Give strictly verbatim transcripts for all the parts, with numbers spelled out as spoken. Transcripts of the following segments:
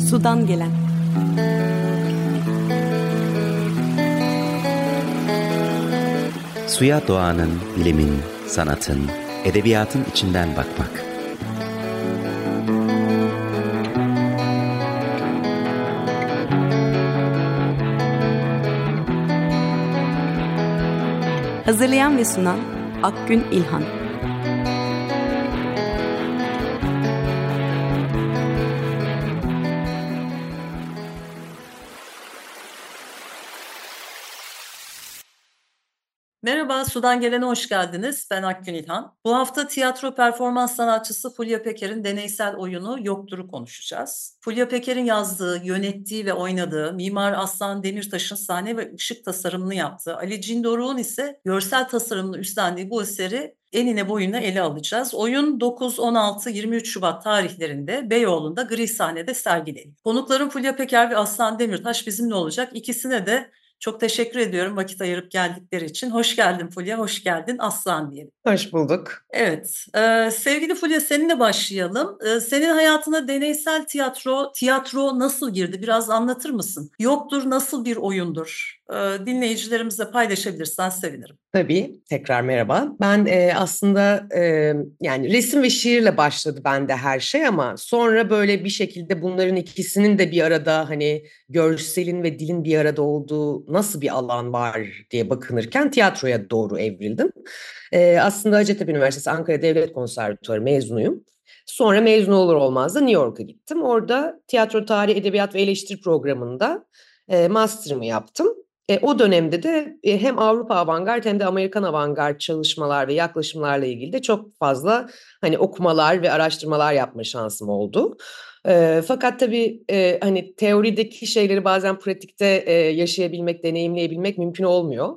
Sudan gelen. Suya doğanın, bilimin, sanatın, edebiyatın içinden bakmak. Hazırlayan ve sunan Akgün İlhan. Merhaba, Sudan Gelen'e hoş geldiniz. Ben Akgün İlhan. Bu hafta tiyatro performans sanatçısı Fulya Peker'in deneysel oyunu Yoktur'u konuşacağız. Fulya Peker'in yazdığı, yönettiği ve oynadığı, Mimar Aslan Demirtaş'ın sahne ve ışık tasarımını yaptığı, Ali Cindoruk'un ise görsel tasarımını üstlendiği bu eseri enine boyuna ele alacağız. Oyun dokuz, on altı, yirmi üç Şubat tarihlerinde Beyoğlu'nda Gri Sahne'de sergileniyor. Konuklarım Fulya Peker ve Aslan Demirtaş bizimle olacak. İkisine de çok teşekkür ediyorum vakit ayırıp geldikleri için. Hoş geldin Fulya, hoş geldin Aslan diyelim. Hoş bulduk. Evet, e, sevgili Fulya seninle başlayalım. E, senin hayatına deneysel tiyatro, tiyatro nasıl girdi? Biraz anlatır mısın? Yoktur nasıl bir oyundur? E, dinleyicilerimizle paylaşabilirsen sevinirim. Tabii, tekrar merhaba. Ben e, aslında e, yani resim ve şiirle başladı bende her şey ama sonra böyle bir şekilde bunların ikisinin de bir arada hani görselin ve dilin bir arada olduğu nasıl bir alan var diye bakınırken tiyatroya doğru evrildim. E, aslında Hacettepe Üniversitesi Ankara Devlet Konservatuarı mezunuyum. Sonra mezun olur olmaz da New York'a gittim. Orada tiyatro tarihi, edebiyat ve eleştiri programında e, master'ımı yaptım. E, o dönemde de e, hem Avrupa avantgard hem de Amerikan avantgard çalışmalar ve yaklaşımlarla ilgili de çok fazla hani okumalar ve araştırmalar yapma şansım oldu. E, fakat tabii e, hani teorideki şeyleri bazen pratikte e, yaşayabilmek, deneyimleyebilmek mümkün olmuyor.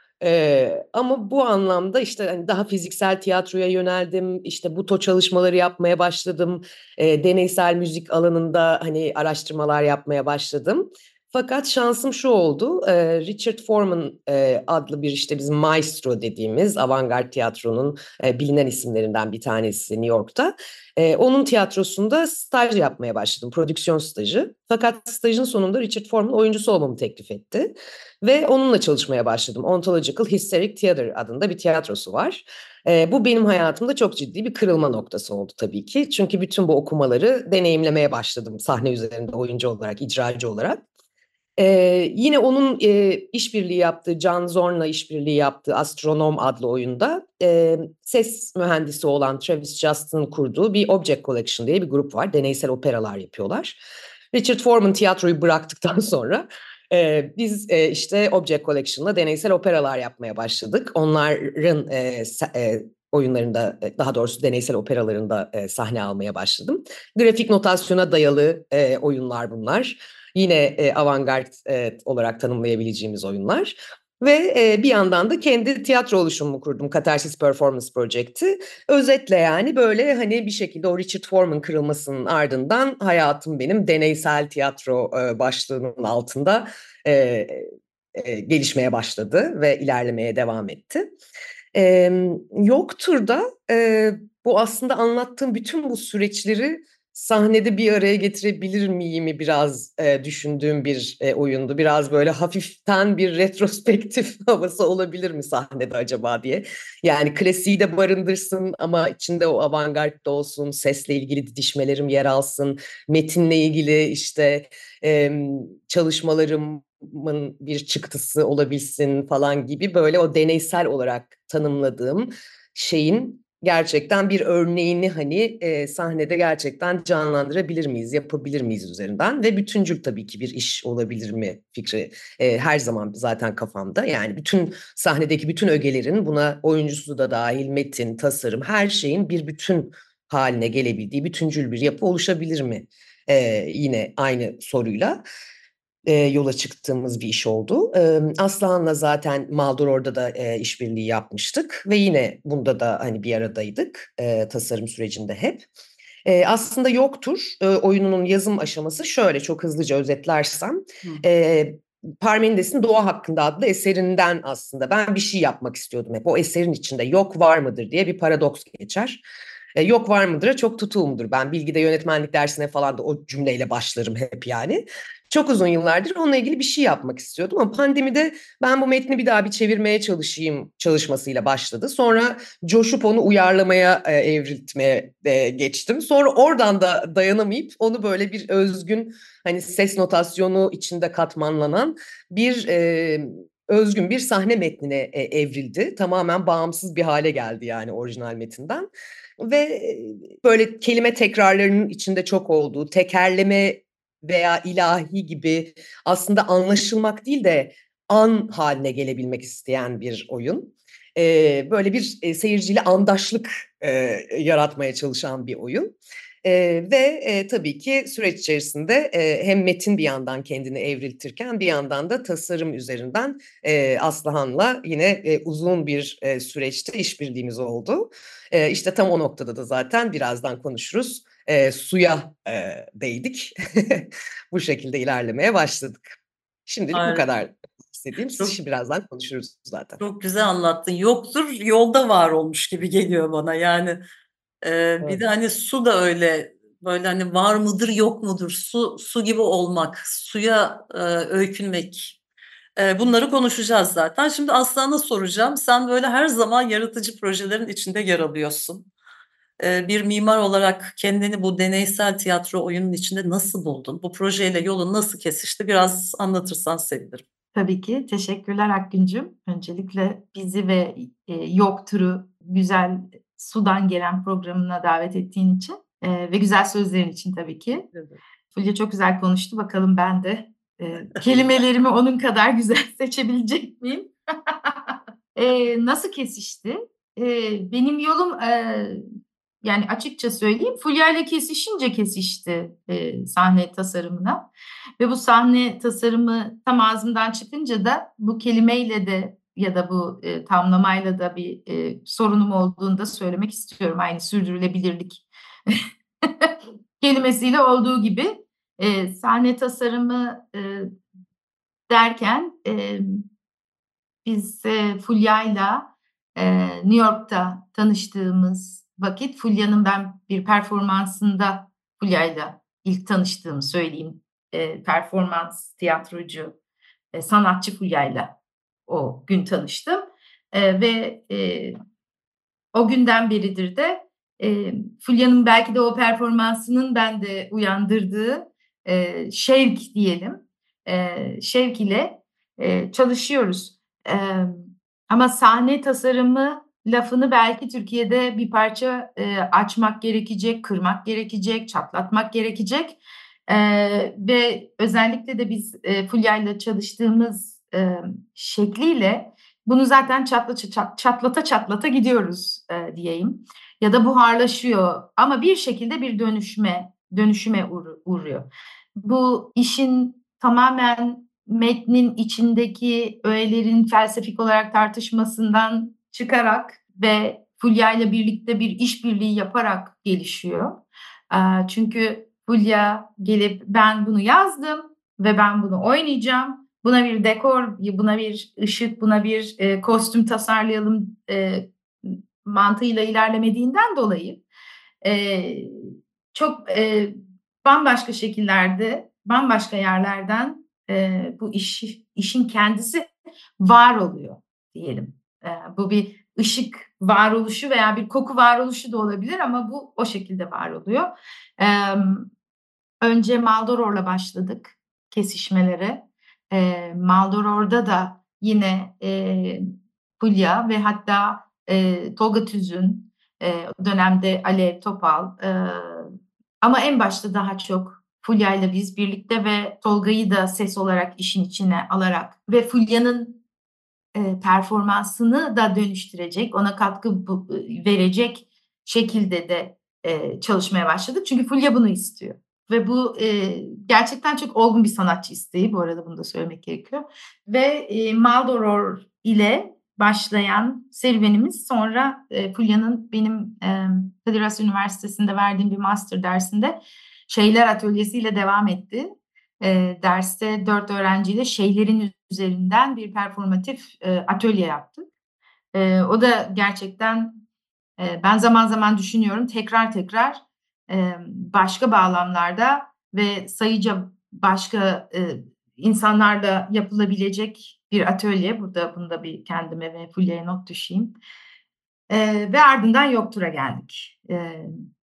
Ee, ama bu anlamda işte hani daha fiziksel tiyatroya yöneldim, işte buto çalışmaları yapmaya başladım, e, deneysel müzik alanında hani araştırmalar yapmaya başladım. Fakat şansım şu oldu, e, Richard Foreman e, adlı bir işte bizim maestro dediğimiz avantgard tiyatronun e, bilinen isimlerinden bir tanesi New York'ta. E, onun tiyatrosunda staj yapmaya başladım, prodüksiyon stajı. Fakat stajın sonunda Richard Foreman oyuncusu olmamı teklif etti. Ve onunla çalışmaya başladım. Ontological Hysteric Theater adında bir tiyatrosu var. E, bu benim hayatımda çok ciddi bir kırılma noktası oldu tabii ki. Çünkü bütün bu okumaları deneyimlemeye başladım sahne üzerinde oyuncu olarak, icracı olarak. Ee, yine onun e, işbirliği yaptığı, John Zorn'la işbirliği yaptığı Astronom adlı oyunda e, ses mühendisi olan Travis Justin'ın kurduğu bir Object Collection diye bir grup var. Deneysel operalar yapıyorlar. Richard Foreman tiyatroyu bıraktıktan sonra e, biz e, işte Object Collection'la deneysel operalar yapmaya başladık. Onların e, e, oyunlarında, daha doğrusu deneysel operalarında e, sahne almaya başladım. Grafik notasyona dayalı e, oyunlar bunlar. Yine e, avantgard e, olarak tanımlayabileceğimiz oyunlar. Ve e, bir yandan da kendi tiyatro oluşumumu kurdum. Catharsis Performance Project'i. Özetle yani böyle hani bir şekilde o Richard Foreman kırılmasının ardından hayatım benim deneysel tiyatro e, başlığının altında e, e, gelişmeye başladı ve ilerlemeye devam etti. E, Yoktur da e, bu aslında anlattığım bütün bu süreçleri sahnede bir araya getirebilir miyimi biraz e, düşündüğüm bir e, oyundu. Biraz böyle hafiften bir retrospektif havası olabilir mi sahnede acaba diye. Yani klasiği de barındırsın ama içinde o avantgard da olsun, sesle ilgili didişmelerim yer alsın, metinle ilgili işte e, çalışmalarımın bir çıktısı olabilsin falan gibi böyle o deneysel olarak tanımladığım şeyin gerçekten bir örneğini hani e, sahnede gerçekten canlandırabilir miyiz, yapabilir miyiz üzerinden ve bütüncül tabii ki bir iş olabilir mi fikri e, her zaman zaten kafamda. Yani bütün sahnedeki bütün ögelerin buna oyuncusu da dahil metin, tasarım her şeyin bir bütün haline gelebildiği bütüncül bir yapı oluşabilir mi? E, yine aynı soruyla. E, yola çıktığımız bir iş oldu. E, Aslan'la zaten Maldoror'da da e, işbirliği yapmıştık ve yine bunda da hani bir aradaydık e, tasarım sürecinde hep. E, aslında Yoktur e, oyununun yazım aşaması şöyle çok hızlıca özetlersem. E, Parmenides'in Doğa Hakkında adlı eserinden aslında ben bir şey yapmak istiyordum hep. O eserin içinde yok var mıdır diye bir paradoks geçer. E, yok var mıdır'a çok tutulumdur. Ben bilgide yönetmenlik dersine falan da o cümleyle başlarım hep yani. Çok uzun yıllardır onunla ilgili bir şey yapmak istiyordum ama pandemide ben bu metni bir daha bir çevirmeye çalışayım çalışmasıyla başladı. Sonra coşup onu uyarlamaya e, evriltmeye e, geçtim. Sonra oradan da dayanamayıp onu böyle bir özgün, hani ses notasyonu içinde katmanlanan bir e, özgün bir sahne metnine e, evrildi. Tamamen bağımsız bir hale geldi yani orijinal metinden. Ve böyle kelime tekrarlarının içinde çok olduğu, tekerleme veya ilahi gibi aslında anlaşılmak değil de an haline gelebilmek isteyen bir oyun. Ee, böyle bir e, seyirciyle andaşlık e, yaratmaya çalışan bir oyun. Ee, ve e, tabii ki süreç içerisinde e, hem metin bir yandan kendini evriltirken bir yandan da tasarım üzerinden e, Aslıhan'la yine e, uzun bir e, süreçte işbirliğimiz oldu. E, işte tam o noktada da zaten birazdan konuşuruz. E, suya e, değdik. Bu şekilde ilerlemeye başladık. Şimdilik bu Harika. kadar istediğim. Çok Şimdi birazdan konuşuruz zaten. çok güzel anlattın. Yoktur, yolda var olmuş gibi geliyor bana. Yani, eee, bir Evet. de, hani, su da öyle, böyle, hani, var mıdır, yok mudur? Su su gibi olmak, suya, eee, öykünmek. Eee, bunları konuşacağız zaten. Şimdi Aslan'a soracağım. Sen, böyle, her zaman yaratıcı projelerin içinde yer alıyorsun. Eee, bir mimar olarak kendini bu deneysel tiyatro oyunun içinde nasıl buldun? Bu projeyle yolun nasıl kesişti? Biraz anlatırsan sevinirim. Tabii ki. Teşekkürler Akgüncüm. Öncelikle bizi ve, eee, Yoktur'u güzel Sudan Gelen programına davet ettiğin için, eee, ve güzel sözlerin için tabii ki. Evet. Fulya çok güzel konuştu. Bakalım ben de, eee, kelimelerimi onun kadar güzel seçebilecek miyim? Eee, nasıl kesişti? Eee, benim yolum, eee, yani açıkça söyleyeyim, Fulya'yla kesişince kesişti, eee, sahne tasarımına ve bu sahne tasarımı tam ağzımdan çıkınca da bu kelimeyle de ya da bu, eee, tamlamayla da bir, eee, sorunum olduğunu da söylemek istiyorum. Aynı sürdürülebilirlik kelimesiyle olduğu gibi, eee, sahne tasarımı, eee, derken, emm, biz, eee, Fulya'yla, eee, New York'ta tanıştığımız vakit Fulya'nın ben bir performansında Fulya'yla ilk tanıştığımı söyleyeyim. Eee, performans, tiyatrocu, eee, sanatçı Fulya'yla o gün tanıştım, eee, ve, eee, o günden beridir de, eee, Fulya'nın belki de o performansının bende uyandırdığı, eee, şevk diyelim, eee, şevk ile, eee, çalışıyoruz. Emm, ama sahne tasarımı lafını belki Türkiye'de bir parça, eee, açmak gerekecek, kırmak gerekecek, çatlatmak gerekecek. Eee, ve özellikle de biz, eee, Fulya'yla çalıştığımız, emm, şekliyle bunu zaten çatla çat çatlata çatlata gidiyoruz, eee, diyeyim ya da buharlaşıyor ama bir şekilde bir dönüşme dönüşüme uğru uğruyor. Bu işin tamamen metnin içindeki öğelerin felsefik olarak tartışmasından çıkarak ve Fulya'yla birlikte bir işbirliği yaparak gelişiyor. Aaa, çünkü Fulya gelip ben bunu yazdım ve ben bunu oynayacağım. Buna bir dekor, buna bir ışık, buna bir, eee, kostüm tasarlayalım, eee, mantığıyla ilerlemediğinden dolayı, eee, çok, eee, bambaşka şekillerde, bambaşka yerlerden, eee, bu işi işin kendisi var oluyor diyelim. Eee, bu bir ışık varoluşu veya bir koku varoluşu da olabilir ama bu o şekilde var oluyor. Emm, önce Maldoror'la başladık kesişmelere. Eee, Maldoror'da da yine, eee, Fulya ve hatta, eee, Tolga Tüzün, eee, o dönemde Alev Topal, eee, ama en başta daha çok Fulya'yla biz birlikte ve Tolga'yı da ses olarak işin içine alarak ve Fulya'nın, eee, performansını da dönüştürecek, ona katkı bu ııı, verecek şekilde de, eee, çalışmaya başladık. Çünkü Fulya bunu istiyor ve bu, eee, gerçekten çok olgun bir sanatçı isteği. Bu arada bunu da söylemek gerekiyor ve, eee, Maldoror ile başlayan serüvenimiz sonra, eee, Fulya'nın benim, emm, Kadir Has Üniversitesi'nde verdiğim bir master dersinde şeyler atölyesiyle devam etti. Eee, derste dört öğrenciyle şeylerin üzerinden bir performatif, eee, atölye yaptık. Eee, o da gerçekten Eee, ben zaman zaman düşünüyorum tekrar tekrar, emm, başka bağlamlarda ve sayıca başka, eee, insanlarla yapılabilecek bir atölye. Burada bunda bir kendime ve Fulya'ya not düşeyim. Eee, ve ardından Yoktur'a geldik. Eee,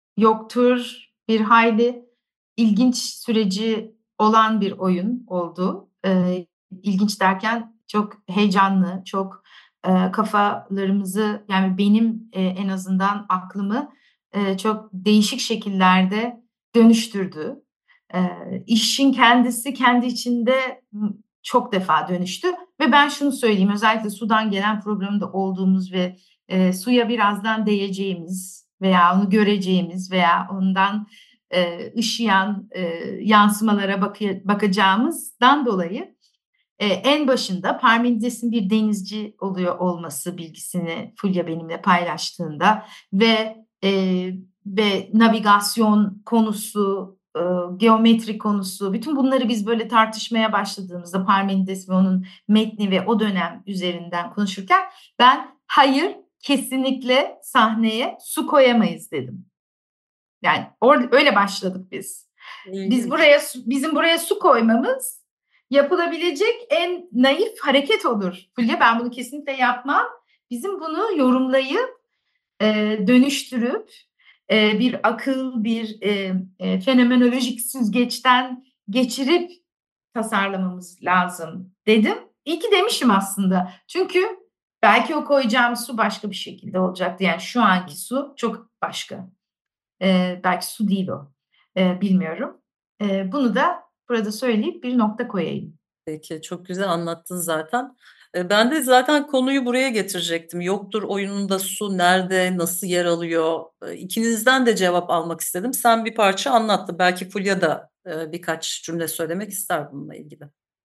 Yoktur bir hayli ilginç süreci olan bir oyun oldu. Eee, ilginç derken çok heyecanlı, çok, eee, kafalarımızı, yani benim, eee, en azından aklımı, eee, çok değişik şekillerde dönüştürdü. Eee, işin kendisi kendi içinde, ımm, çok defa dönüştü ve ben şunu söyleyeyim, özellikle Sudan Gelen programında olduğumuz ve, eee, suya birazdan değeceğimiz veya onu göreceğimiz veya ondan, eee, ışıyan, eee, yansımalara bakı bakacağımızdan dolayı, eee, en başında Parmenides'in bir denizci oluyor olması bilgisini Fulya benimle paylaştığında ve, eee, ve navigasyon konusu, ııı, geometri konusu, bütün bunları biz böyle tartışmaya başladığımızda Parmenides ve onun metni ve o dönem üzerinden konuşurken ben hayır, kesinlikle sahneye su koyamayız dedim. Yani or öyle başladık biz. Biz İlginç. buraya su bizim buraya su koymamız yapılabilecek en naif hareket olur. Fulya ben bunu kesinlikle yapmam. Bizim bunu yorumlayıp, eee, dönüştürüp, eee, bir akıl, bir, eee, eee, fenomenolojik süzgeçten geçirip tasarlamamız lazım dedim. İyi ki demişim aslında. Çünkü belki o koyacağım su başka bir şekilde olacaktı. Yani şu anki su çok başka. Eee, belki su değil o. Eee, bilmiyorum. Eee, bunu da burada söyleyip bir nokta koyayım. Peki, çok güzel anlattın zaten. Eee, ben de zaten konuyu buraya getirecektim. Yoktur oyununda su nerede, nasıl yer alıyor? Eee, ikinizden de cevap almak istedim. Sen bir parça anlattın. Belki Fulya da, eee, birkaç cümle söylemek ister bununla ilgili.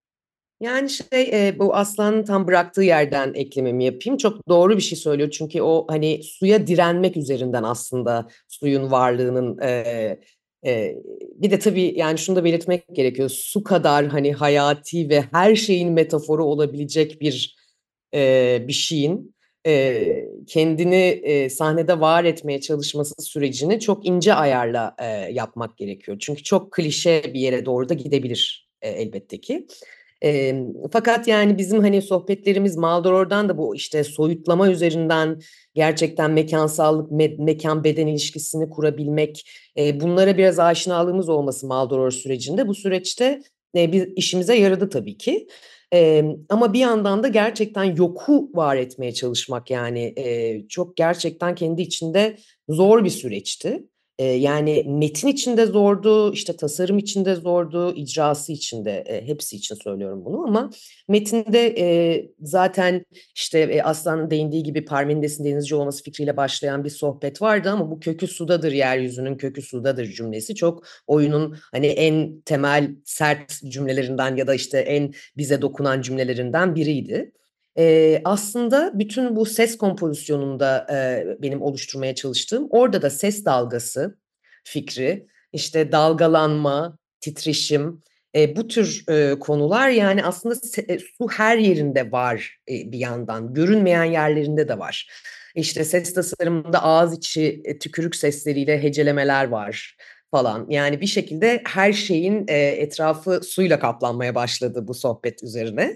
Yani, şey, eee, bu Aslan'ın tam bıraktığı yerden eklememi yapayım. Çok doğru bir şey söylüyor çünkü o, hani, suya direnmek üzerinden aslında suyun varlığının, eee, eee, bir de tabii, yani, şunu da belirtmek gerekiyor. Su kadar, hani, hayati ve her şeyin metaforu olabilecek bir, eee, bir şeyin, eee, kendini, eee, sahnede var etmeye çalışması sürecini çok ince ayarla, eee, yapmak gerekiyor. Çünkü çok klişe bir yere doğru da gidebilir, eee, elbette ki. Emm, fakat, yani, bizim, hani, sohbetlerimiz Maldoror'dan da bu, işte, soyutlama üzerinden gerçekten mekânsallık, me mekân beden ilişkisini kurabilmek, eee, bunlara biraz aşinalığımız olması Maldoror sürecinde. Bu süreçte, eee, bir işimize yaradı tabii ki. Emm, ama bir yandan da gerçekten yoku var etmeye çalışmak, yani, eee, çok gerçekten kendi içinde zor bir süreçti. Eee, yani, metin için de zordu, işte, tasarım için de zordu, icrası için de, eee, hepsi için söylüyorum bunu ama metinde, eee, zaten, işte, eee, Aslan'ın değindiği gibi Parmenides'in denizci olması fikriyle başlayan bir sohbet vardı ama bu "Kökü sudadır, yeryüzünün kökü sudadır." cümlesi çok oyunun, hani, en temel sert cümlelerinden ya da, işte, en bize dokunan cümlelerinden biriydi. Eee, aslında bütün bu ses kompozisyonunda, eee, benim oluşturmaya çalıştığım, orada da ses dalgası fikri, işte, dalgalanma, titreşim, eee, bu tür, eee, konular, yani, aslında se eee, su her yerinde var, eee, bir yandan. Görünmeyen yerlerinde de var. İşte, ses tasarımında ağız içi, eee, tükürük sesleriyle hecelemeler var falan. Yani, bir şekilde her şeyin, eee, etrafı suyla kaplanmaya başladı bu sohbet üzerine.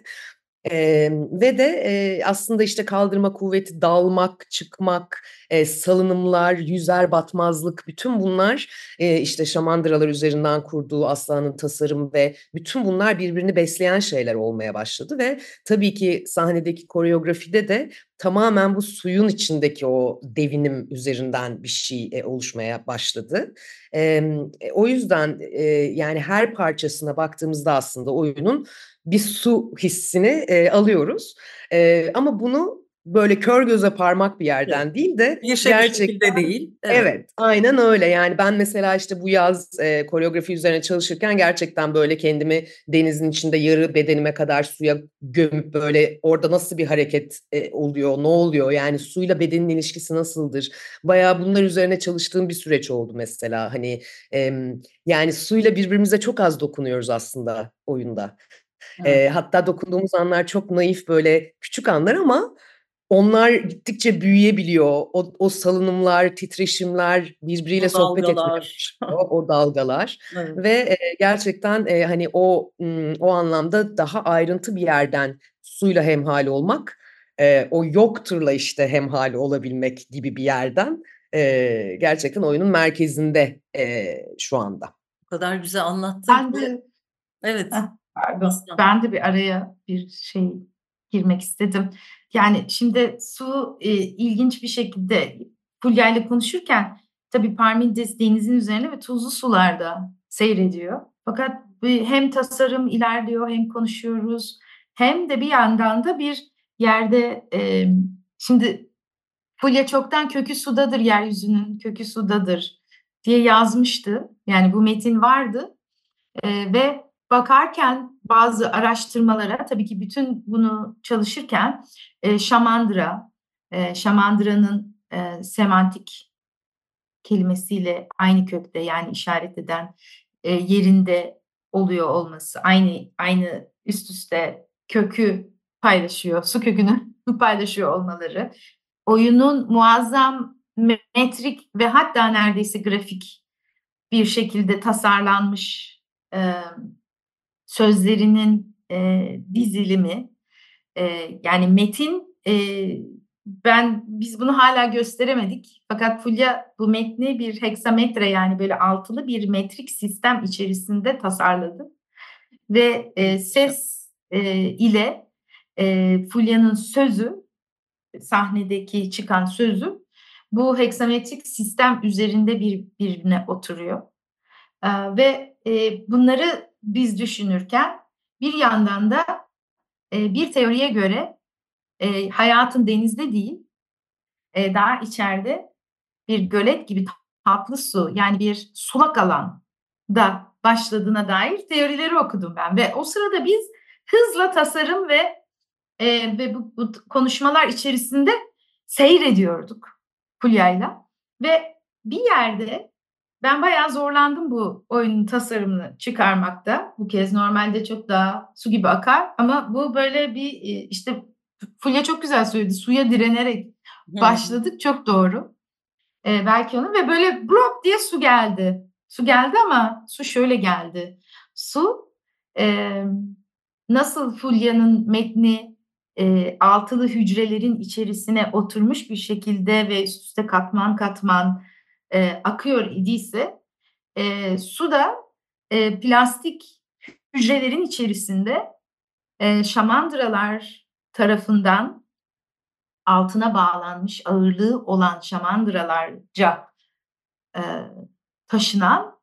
Emm, ve de, eee, aslında, işte, kaldırma kuvveti, dalmak, çıkmak, eee, salınımlar, yüzer batmazlık bütün bunlar, eee, işte, şamandıralar üzerinden kurduğu Aslan'ın tasarımı ve bütün bunlar birbirini besleyen şeyler olmaya başladı ve tabii ki sahnedeki koreografide de tamamen bu suyun içindeki o devinim üzerinden bir şey, eee, oluşmaya başladı. Emm, e, o yüzden, eee, yani, her parçasına baktığımızda aslında oyunun bir su hissini, eee, alıyoruz. Eee, ama bunu böyle kör göze parmak bir Evet. yerden değil de Klişe bir gerçekten. şekilde değil. Evet. Evet, aynen öyle. Yani, ben mesela, işte, bu yaz, eee, koreografi üzerine çalışırken gerçekten, böyle, kendimi denizin içinde yarı bedenime kadar suya gömüp, böyle, orada nasıl bir hareket, eee, oluyor, ne oluyor, yani, suyla bedenin ilişkisi nasıldır? Bayağı bunlar üzerine çalıştığım bir süreç oldu mesela. Hani, emm, yani, suyla birbirimize çok az dokunuyoruz aslında oyunda. Evet. Eee, hatta dokunduğumuz anlar çok naif, böyle, küçük anlar ama onlar gittikçe büyüyebiliyor. O o salınımlar, titreşimler, birbiriyle O sohbet etmeye dalgalar. başlıyor, o dalgalar Evet. ve, eee, gerçekten, eee, hani, o, ımm, o anlamda daha ayrıntı bir yerden suyla hemhâl olmak, eee, o yokturla, işte, hemhâl olabilmek gibi bir yerden, eee, gerçekten oyunun merkezinde, eee, şu anda. O kadar güzel anlattın Ben ki. de Evet, Heh, pardon. Aslan. Ben de bir araya bir şey girmek istedim. Yani, şimdi su, eee, ilginç bir şekilde Fulya'yla konuşurken tabii Parmenides denizin üzerinde ve tuzlu sularda seyrediyor. Fakat bir hem tasarım ilerliyor hem konuşuyoruz hem de bir yandan da bir yerde, emm, şimdi Fulya çoktan "Kökü sudadır yeryüzünün, kökü sudadır." diye yazmıştı. Yani bu metin vardı. Eee, ve bakarken bazı araştırmalara, tabii ki bütün bunu çalışırken, eee, şamandıra, eee, şamandıra'nın, eee, semantik kelimesiyle aynı kökte, yani işaret eden, eee, yerinde oluyor olması, aynı aynı üst üste kökü paylaşıyor, su kökünü paylaşıyor olmaları, oyunun muazzam metrik ve hatta neredeyse grafik bir şekilde tasarlanmış, emm sözlerinin, eee, dizilimi, eee, yani metin, eee, ben biz bunu hâlâ gösteremedik fakat Fulya bu metni bir heksametre yani böyle altılı bir metrik sistem içerisinde tasarladı ve, eee, ses, eee, ile, eee, Fulya'nın sözü, sahnedeki çıkan sözü bu heksametrik sistem üzerinde birbirine oturuyor. Eee, ve, eee, bunları biz düşünürken bir yandan da, eee, bir teoriye göre, eee, hayatın denizde değil, eee, daha içeride bir gölet gibi tatlı su, yani bir sulak alanda başladığına dair teorileri okudum ben ve o sırada biz hızla tasarım ve, eee, ve bu bu t konuşmalar içerisinde seyrediyorduk Fulya'yla ve bir yerde ben bayağı zorlandım bu oyunun tasarımını çıkarmakta. Bu kez normalde çok daha su gibi akar ama bu böyle bir, eee, işte, Fulya çok güzel söyledi, suya direnerek Hı hı. başladık, çok doğru. Eee, belki onu ve böyle blop diye su geldi. Su geldi ama su şöyle geldi. Su, emm, nasıl Fulya'nın metni, eee, altılı hücrelerin içerisine oturmuş bir şekilde ve üst üste katman katman, eee, akıyor idiyse, eee, su da, eee, plastik hücrelerin içerisinde, eee, şamandıralar tarafından altına bağlanmış, ağırlığı olan şamandıralarca, eee, taşınan,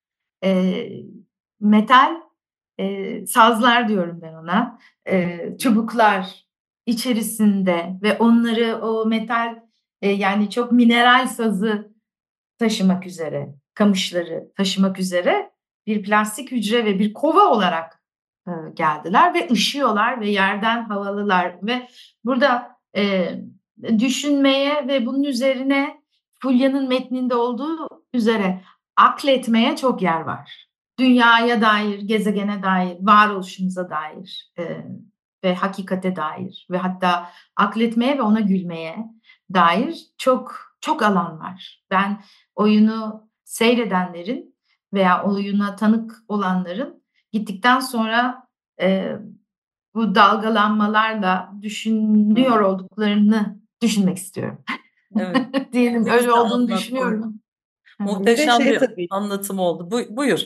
eee, metal, eee, sazlar diyorum ben ona, eee, çubuklar içerisinde ve onları o metal, eee, yani çok mineral sazı taşımak üzere, kamışları taşımak üzere bir plastik hücre ve bir kova olarak, eee, geldiler ve ışıyorlar ve yerden havalılar ve burada, eee, düşünmeye ve bunun üzerine Fulya'nın metninde olduğu üzere akletmeye çok yer var. Dünyaya dair, gezegene dair, varoluşumuza dair, eee, ve hakikate dair ve hatta akletmeye ve ona gülmeye dair çok çok alan var. Ben oyunu seyredenlerin veya oyuna tanık olanların gittikten sonra, eee, bu dalgalanmalarla Hı düşünüyor hı. olduklarını düşünmek istiyorum. Evet. Diyelim, Ne öyle güzel olduğunu anlattın. düşünüyorum. Hı hı. Bir de Muhteşem şey bir tabii anlatım oldu. Buy buyur.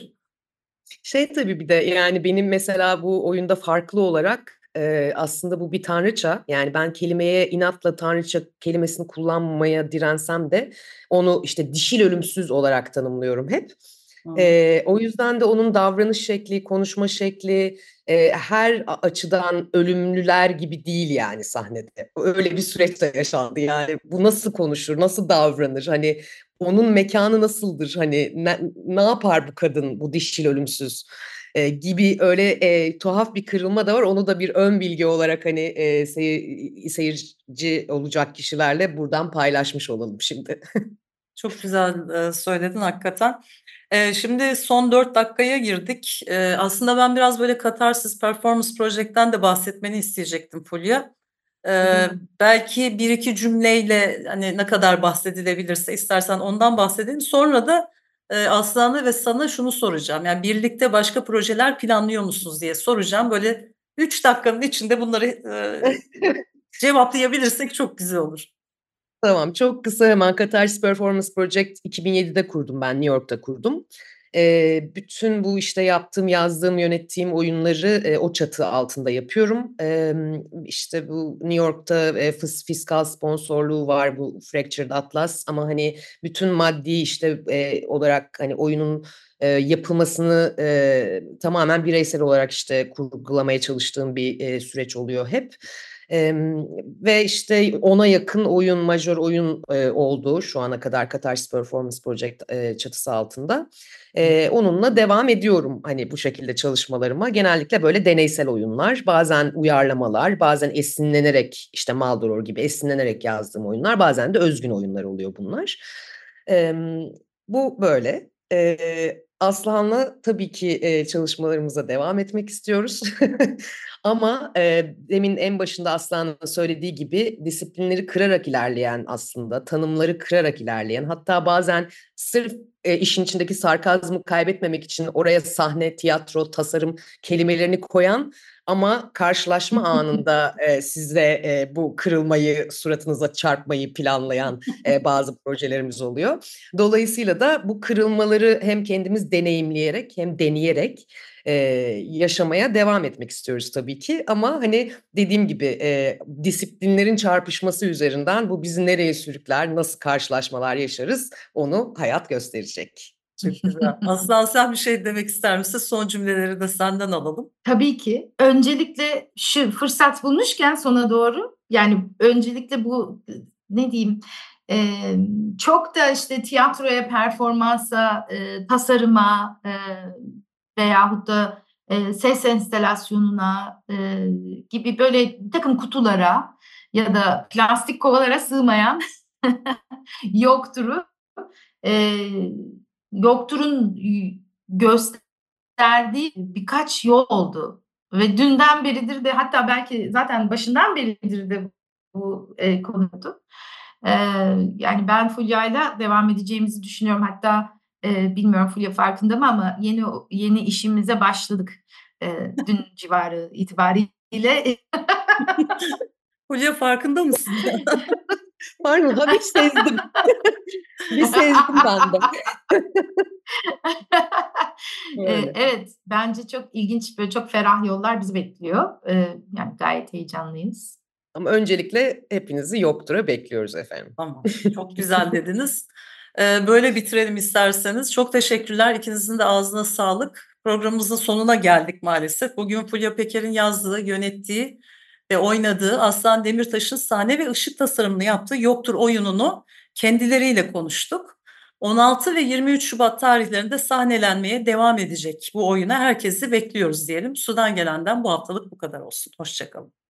Şey tabii bir de, yani, benim mesela bu oyunda farklı olarak, eee, aslında bu bir tanrıça. Yani, ben kelimeye inatla tanrıça kelimesini kullanmamaya dirensem de onu, işte, dişil ölümsüz olarak tanımlıyorum hep. Hıı. Eee, o yüzden de onun davranış şekli, konuşma şekli, eee, her a açıdan ölümlüler gibi değil, yani, sahnede. Öyle bir süreç de yaşandı. Yani, bu nasıl konuşur, nasıl davranır, hani, onun mekânı nasıldır, hani, ne ne yapar bu kadın, bu dişil ölümsüz, eee, gibi öyle, eee, tuhaf bir kırılma da var. Onu da bir ön bilgi olarak, hani, eee, seyir seyirci olacak kişilerle buradan paylaşmış olalım şimdi. Çok güzel, eee, söyledin hakikaten. Eee, şimdi son dört dakikaya girdik. Eee, aslında ben biraz böyle Katarsis Performance Project'ten de bahsetmeni isteyecektim Fulya. Eee, belki bir iki cümleyle, hani, ne kadar bahsedilebilirse istersen ondan bahsedelim. Sonra da, eee, Aslan'a ve sana şunu soracağım. Yani, birlikte başka projeler planlıyor musunuz diye soracağım. Böyle üç dakikanın içinde bunları, eee, cevaplayabilirsek çok güzel olur. Tamam, çok kısa hemen Catarsis Performance Project iki bin yedide kurdum ben, New York'ta kurdum. Eee, bütün bu, işte, yaptığım, yazdığım, yönettiğim oyunları, eee, o çatı altında yapıyorum. Emm, işte, bu New York'ta, eee, fıs fiskal sponsorluğu var bu Fractured Atlas ama, hani, bütün maddi, işte, eee, olarak, hani, oyunun, eee, yapılmasını, eee, tamamen bireysel olarak, işte, kurgulamaya çalıştığım bir, eee, süreç oluyor hep. Emm, ve, işte, ona yakın oyun, majör oyun, eee, oldu şu ana kadar Catarsis Performance Project, eee, çatısı altında. Eee, onunla devam ediyorum, hani, bu şekilde çalışmalarıma. Genellikle böyle deneysel oyunlar, bazen uyarlamalar, bazen esinlenerek, işte, Maldoror gibi esinlenerek yazdığım oyunlar, bazen de özgün oyunlar oluyor bunlar. Emm, bu böyle. Eee, Aslıhan'la tabii ki, eee, çalışmalarımıza devam etmek istiyoruz. Ama, eee, demin en başında Aslıhan'ın söylediği gibi disiplinleri kırarak ilerleyen aslında, tanımları kırarak ilerleyen, hatta bazen sırf, eee, işin içindeki sarkazmı kaybetmemek için oraya sahne, tiyatro, tasarım kelimelerini koyan ama karşılaşma anında, eee, size, eee, bu kırılmayı, suratınıza çarpmayı planlayan, eee, bazı projelerimiz oluyor. Dolayısıyla da bu kırılmaları hem kendimiz deneyimleyerek hem deneyerek, eee, yaşamaya devam etmek istiyoruz tabii ki. Ama, hani, dediğim gibi, eee, disiplinlerin çarpışması üzerinden bu bizi nereye sürükler, nasıl karşılaşmalar yaşarız onu hayat gösterecek. Çok güzel. Aslan sen bir şey demek ister misin? Son cümleleri de senden alalım. Tabii ki. Öncelikle şu fırsat bulmuşken sona doğru, yani, öncelikle bu, ııı, ne diyeyim, emm, çok da, işte, tiyatroya, performansa, eee, tasarıma, eee, veyahut da, eee, ses enstalasyonuna, eee, gibi böyle birtakım kutulara ya da plastik kovalara sığmayan Yoktur'u, eee, Yoktur'un y gösterdiği birkaç yol oldu ve dünden beridir de hatta belki zaten başından beridir de bu, eee, konudu. Eee, yani ben Fulya'yla devam edeceğimizi düşünüyorum. Hatta, eee, bilmiyorum Fulya farkında mı ama yeni o yeni işimize başladık, eee, dün civarı itibariyle. Fulya farkında mısın? Pardon, hafif sezdim. Bir sezdim ben de. Eee, Öyle. evet, bence çok ilginç, böyle çok ferah yollar bizi bekliyor. Eee, yani gayet heyecanlıyız. Ama öncelikle hepinizi Yoktur'a bekliyoruz efendim. Tamam, çok güzel dediniz. Eee, böyle bitirelim isterseniz. Çok teşekkürler. İkinizin de ağzına sağlık. Programımızın sonuna geldik maalesef. Bugün Fulya Peker'in yazdığı, yönettiği ve oynadığı Aslan Demirtaş'ın sahne ve ışık tasarımını yaptığı Yoktur oyununu kendileriyle konuştuk. on altı ve yirmi üç Şubat tarihlerinde sahnelenmeye devam edecek bu oyuna herkesi bekliyoruz diyelim. Sudan Gelen'den bu haftalık bu kadar olsun. Hoşça kalın.